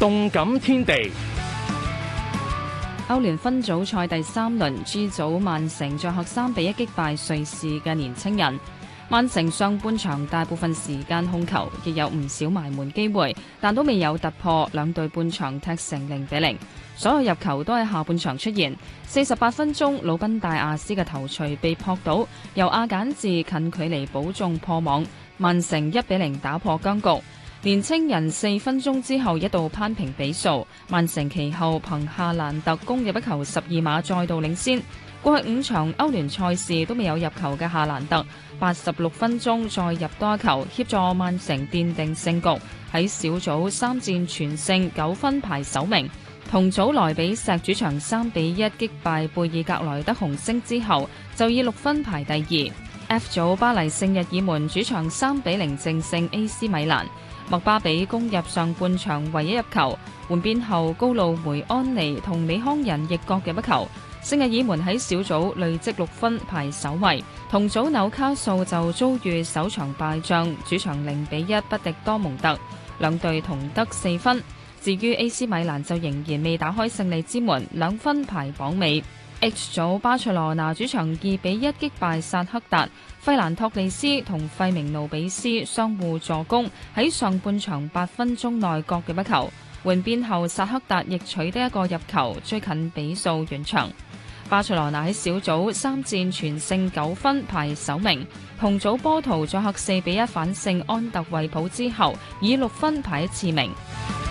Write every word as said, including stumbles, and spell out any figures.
動感天地。 歐聯分組賽第三輪 G 組，曼城作客三比一擊敗瑞士嘅年青人。曼城上半場大部分時間控球，亦有唔少埋門機會，但都未有突破，兩隊半場踢成零比零。所有入球都喺下半場出現。四十八分鐘，魯賓大亞斯嘅頭槌被撲倒，由阿簡治近距離補中破網，曼城一比零打破僵局。年青人四分鐘之後一度攀平比數，曼城其後憑夏蘭特攻入一球十二碼再度領先。過去五場歐聯賽事都未有入球嘅夏蘭特，八十六分鐘再入多一球，協助曼城奠定勝局，喺小組三戰全勝，九分排首名。同組萊比錫主場三比一擊敗貝爾格萊德紅星之後，就以六分排第二。F 組巴黎聖日耳門主場三比零淨勝 A C 米蘭。麥巴比攻入上半場唯一入球，換邊後高路梅安尼同美康人亦各入一球。聖日耳門喺小組累積六分排首位，同組紐卡素就遭遇首場敗仗，主場零比一不敵多蒙特，兩隊同得四分。至於 A C 米蘭就仍然未打開勝利之門，兩分排榜尾。H 組巴塞羅那主場二比一擊敗薩克達，費蘭托利斯同費明路比斯相互助攻，喺上半場八分鐘內各入一球。換邊後薩克達亦取得一個入球，追近比數完場。巴塞羅那喺小組三戰全勝九分排首名，同組波圖作客四比一反勝安特衛普之後，以六分排次名。